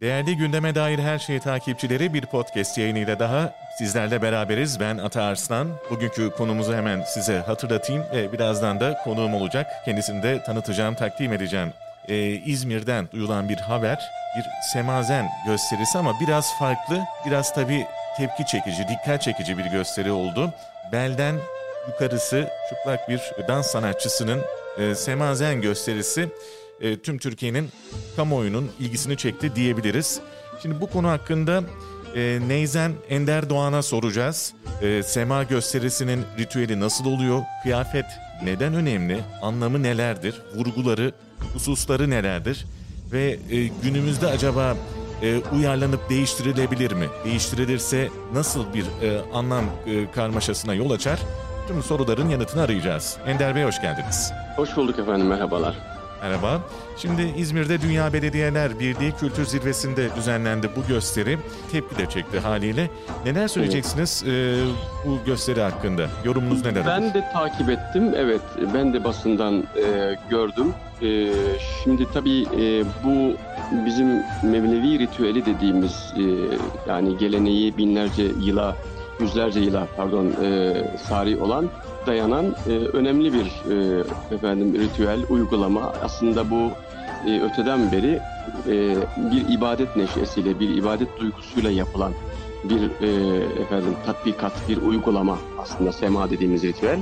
Değerli Gündeme Dair Her Şey takipçileri, bir podcast yayınıyla daha sizlerle beraberiz. Ben Ata Arslan. Bugünkü konumuzu hemen size hatırlatayım ve birazdan da konuğum olacak. Kendisini de tanıtacağım, takdim edeceğim. İzmir'den duyulan bir haber, bir semazen gösterisi ama biraz farklı, biraz tabii tepki çekici, dikkat çekici bir gösteri oldu. Belden yukarısı çıplak bir dans sanatçısının semazen gösterisi tüm Türkiye'nin kamuoyunun ilgisini çekti diyebiliriz. Şimdi bu konu hakkında Neyzen Ender Doğan'a soracağız. Sema gösterisinin ritüeli nasıl oluyor? Kıyafet neden önemli? Anlamı nelerdir? Vurguları, hususları nelerdir? Ve günümüzde acaba uyarlanıp değiştirilebilir mi? Değiştirilirse nasıl bir anlam karmaşasına yol açar? Tüm soruların yanıtını arayacağız. Ender Bey, hoş geldiniz. Hoş bulduk efendim, merhabalar. Merhaba. Şimdi İzmir'de Dünya Belediyeler Birliği Kültür Zirvesi'nde düzenlendi bu gösteri. Tepki de çekti haliyle. Neler söyleyeceksiniz bu gösteri hakkında? Yorumunuz neler? Ben de takip ettim. Evet, ben de basından gördüm. Şimdi tabii bu bizim Mevlevi ritüeli dediğimiz yani geleneği binlerce yıla, yüzlerce yıla sari olan, dayanan önemli bir ritüel, uygulama. Aslında bu öteden beri bir ibadet neşesiyle, bir ibadet duygusuyla yapılan bir tatbikat, bir uygulama aslında sema dediğimiz ritüel.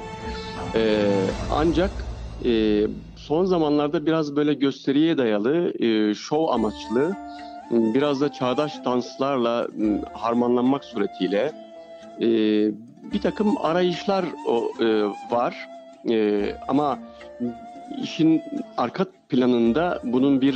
Ancak son zamanlarda biraz böyle gösteriye dayalı, şov amaçlı, biraz da çağdaş danslarla harmanlanmak suretiyle bir takım arayışlar var ama işin arka planında bunun bir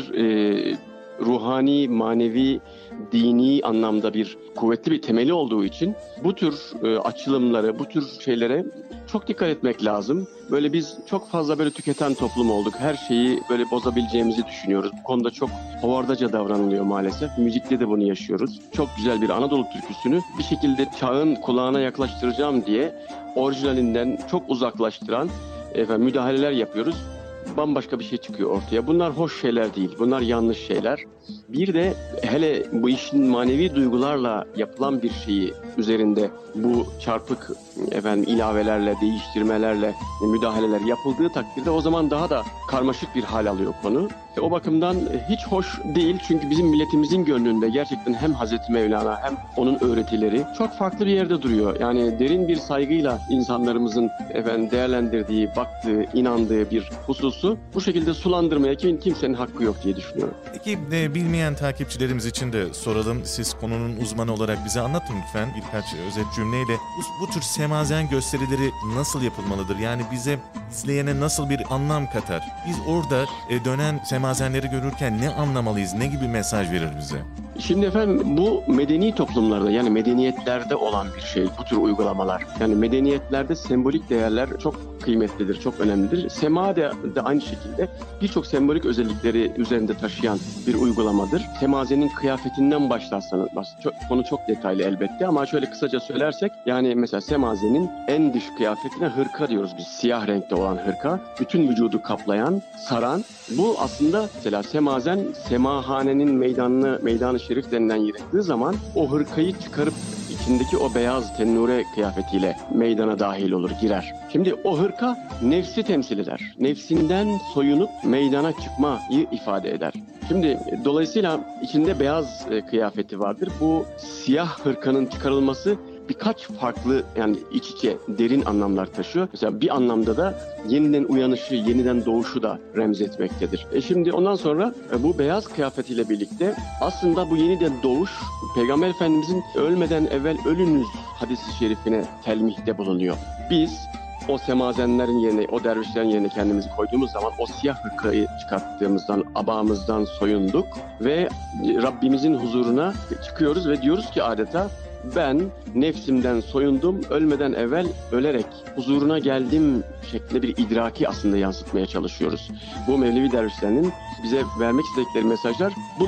ruhani, manevi, dini anlamda bir kuvvetli bir temeli olduğu için bu tür açılımları, bu tür şeylere çok dikkat etmek lazım. Böyle biz çok fazla böyle tüketen toplum olduk. Her şeyi böyle bozabileceğimizi düşünüyoruz. Bu konuda çok hovardaca davranılıyor maalesef. Müzikte de bunu yaşıyoruz. Çok güzel bir Anadolu türküsünü bir şekilde çağın kulağına yaklaştıracağım diye orijinalinden çok uzaklaştıran müdahaleler yapıyoruz. Bambaşka bir şey çıkıyor ortaya. Bunlar hoş şeyler değil. Bunlar yanlış şeyler. Bir de hele bu işin manevi duygularla yapılan bir şeyi üzerinde bu çarpık ilavelerle, değiştirmelerle müdahaleler yapıldığı takdirde o zaman daha da karmaşık bir hal alıyor konu. O bakımdan hiç hoş değil, çünkü bizim milletimizin gönlünde gerçekten hem Hazreti Mevlana hem onun öğretileri çok farklı bir yerde duruyor. Yani derin bir saygıyla insanlarımızın değerlendirdiği, baktığı, inandığı bir hususu bu şekilde sulandırmaya kimsenin hakkı yok diye düşünüyorum. Peki bilmeyen takipçilerimiz için de soralım. Siz konunun uzmanı olarak bize anlatın lütfen birkaç özet cümleyle. Bu tür semazen gösterileri nasıl yapılmalıdır? Yani bize, izleyene nasıl bir anlam katar? Biz orada dönen semazenleri görürken ne anlamalıyız? Ne gibi mesaj verir bize? Şimdi efendim, bu medeni toplumlarda, yani medeniyetlerde olan bir şey bu tür uygulamalar. Yani medeniyetlerde sembolik değerler çok kıymetlidir, çok önemlidir. Sema de aynı şekilde birçok sembolik özellikleri üzerinde taşıyan bir uygulamadır. Semazenin kıyafetinden başlarsanız, konu çok detaylı elbette ama şöyle kısaca söylersek, yani mesela semazenin en dış kıyafetine hırka diyoruz biz. Siyah renkte olan hırka, bütün vücudu kaplayan, saran. Bu aslında mesela semazen, semahanenin meydanı şerif denilen yere gittiği zaman o hırkayı çıkarıp içindeki o beyaz tennure kıyafetiyle meydana dahil olur, girer. Şimdi o hırka nefsi temsil eder. Nefsinden soyunup meydana çıkmayı ifade eder. Şimdi dolayısıyla içinde beyaz kıyafeti vardır. Bu siyah hırkanın çıkarılması birkaç farklı, yani iç içe derin anlamlar taşıyor. Mesela bir anlamda da yeniden uyanışı, yeniden doğuşu da remzetmektedir. Şimdi ondan sonra bu beyaz kıyafetiyle birlikte aslında bu yeniden doğuş, Peygamber Efendimizin ölmeden evvel ölünüz hadis-i şerifine telmihte bulunuyor. Biz o semazenlerin yerine, o dervişlerin yerine kendimizi koyduğumuz zaman o siyah hırkayı çıkarttığımızdan, abağımızdan soyunduk ve Rabbimizin huzuruna çıkıyoruz ve diyoruz ki adeta, ben nefsimden soyundum, ölmeden evvel ölerek huzuruna geldim şeklinde bir idraki aslında yansıtmaya çalışıyoruz. Bu Mevlevi dervişlerinin bize vermek istedikleri mesajlar bunlar.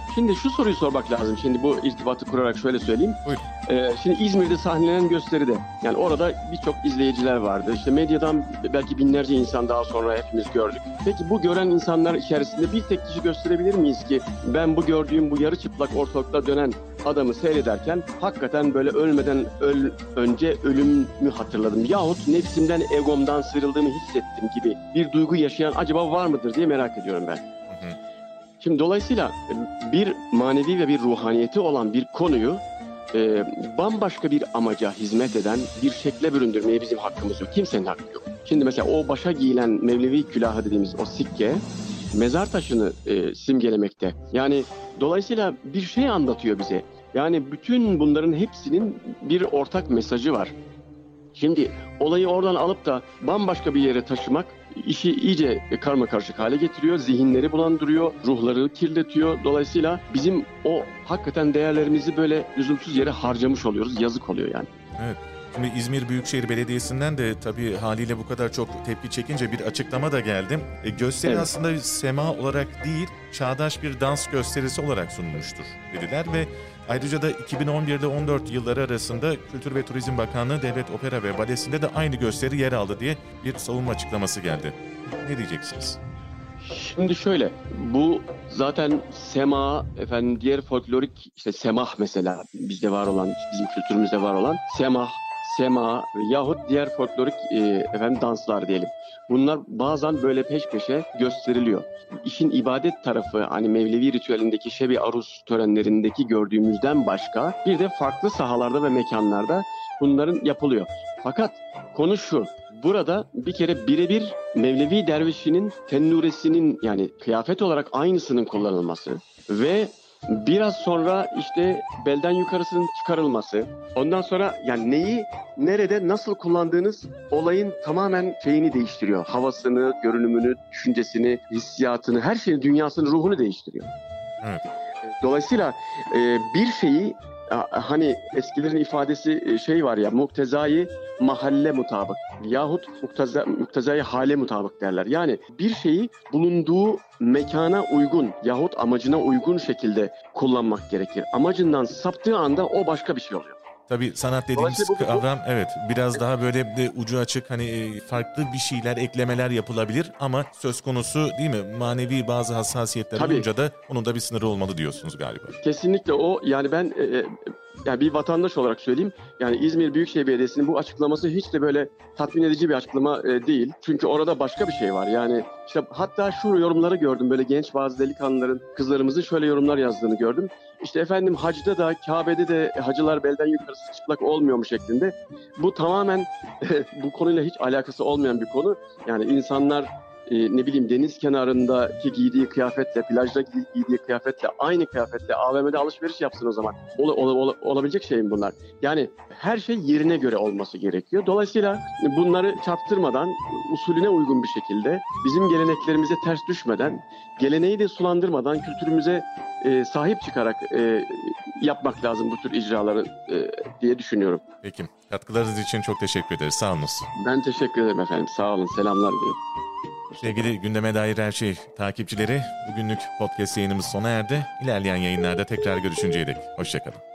Şimdi şu soruyu sormak lazım. Şimdi bu irtibatı kurarak şöyle söyleyeyim. Buyurun. Şimdi İzmir'de sahnelenen gösteride, yani orada birçok izleyiciler vardı. İşte medyadan belki binlerce insan daha sonra hepimiz gördük. Peki bu gören insanlar içerisinde bir tek kişi gösterebilir miyiz ki ben bu gördüğüm bu yarı çıplak ortalıkta dönen adamı seyrederken hakikaten böyle ölmeden önce ölümü hatırladım yahut nefsimden, egomdan sıyrıldığımı hissettim gibi bir duygu yaşayan acaba var mıdır diye merak ediyorum ben. Şimdi dolayısıyla bir manevi ve bir ruhaniyeti olan bir konuyu bambaşka bir amaca hizmet eden bir şekle büründürmeye bizim hakkımız yok. Kimsenin hakkı yok. Şimdi mesela o başa giyilen Mevlevi külahı dediğimiz o sikke mezar taşını simgelemekte. Yani dolayısıyla bir şey anlatıyor bize. Yani bütün bunların hepsinin bir ortak mesajı var. Şimdi olayı oradan alıp da bambaşka bir yere taşımak işi iyice karmakarışık hale getiriyor, zihinleri bulandırıyor, ruhları kirletiyor. Dolayısıyla bizim o hakikaten değerlerimizi böyle lüzumsuz yere harcamış oluyoruz, yazık oluyor yani. Evet. Şimdi İzmir Büyükşehir Belediyesi'nden de tabii haliyle bu kadar çok tepki çekince bir açıklama da geldi. Gösteri Evet. aslında sema olarak değil, çağdaş bir dans gösterisi olarak sunulmuştur dediler ve ayrıca da 2011 ile 14 yılları arasında Kültür ve Turizm Bakanlığı Devlet Opera ve Balesi'nde de aynı gösteri yer aldı diye bir savunma açıklaması geldi. Ne diyeceksiniz? Şimdi şöyle, bu zaten sema, diğer folklorik işte semah mesela bizde var olan, bizim kültürümüzde var olan sema yahut diğer folklorik danslar diyelim. Bunlar bazen böyle peş peşe gösteriliyor. İşin ibadet tarafı hani Mevlevi ritüelindeki Şebi Arus törenlerindeki gördüğümüzden başka bir de farklı sahalarda ve mekanlarda bunların yapılıyor. Fakat konu şu. Burada bir kere birebir Mevlevi dervişinin tennuresinin yani kıyafet olarak aynısının kullanılması ve biraz sonra işte belden yukarısının çıkarılması. Ondan sonra yani neyi, nerede, nasıl kullandığınız olayın tamamen şeyini değiştiriyor. Havasını, görünümünü, düşüncesini, hissiyatını, her şeyin, dünyasını, ruhunu değiştiriyor. Evet. Dolayısıyla bir şeyi hani eskilerin ifadesi şey var ya, muktezai mahalle mutabık yahut muktezai hale mutabık derler. Yani bir şeyi bulunduğu mekana uygun yahut amacına uygun şekilde kullanmak gerekir. Amacından saptığı anda o başka bir şey oluyor. Tabii sanat dediğimiz kavram evet biraz daha böyle de ucu açık hani farklı bir şeyler eklemeler yapılabilir ama söz konusu değil mi manevi bazı hassasiyetler olunca da onun da bir sınırı olmalı diyorsunuz galiba. Kesinlikle o yani ben yani bir vatandaş olarak söyleyeyim yani İzmir Büyükşehir Belediyesi'nin bu açıklaması hiç de böyle tatmin edici bir açıklama değil. Çünkü orada başka bir şey var yani işte hatta şu yorumları gördüm böyle genç bazı delikanlıların kızlarımızın şöyle yorumlar yazdığını gördüm. İşte efendim hacda da Kabe'de de hacılar belden yukarısı çıplak olmuyormuş şeklinde. Bu tamamen bu konuyla hiç alakası olmayan bir konu. Yani insanlar ne bileyim deniz kenarındaki giydiği kıyafetle, plajda giydiği kıyafetle, aynı kıyafetle AVM'de alışveriş yapsın o zaman. Olabilecek şey mi bunlar? Yani her şey yerine göre olması gerekiyor. Dolayısıyla bunları çarptırmadan, usulüne uygun bir şekilde, bizim geleneklerimize ters düşmeden, geleneği de sulandırmadan, kültürümüze sahip çıkarak yapmak lazım bu tür icraları diye düşünüyorum. Peki. Katkılarınız için çok teşekkür ederiz. Sağ olun. Ben teşekkür ederim efendim. Sağ olun. Selamlar diliyorum. Sevgili Gündeme Dair Her Şey takipçileri, bugünlük podcast yayınımız sona erdi. İlerleyen yayınlarda tekrar görüşünceye dek. Hoşçakalın.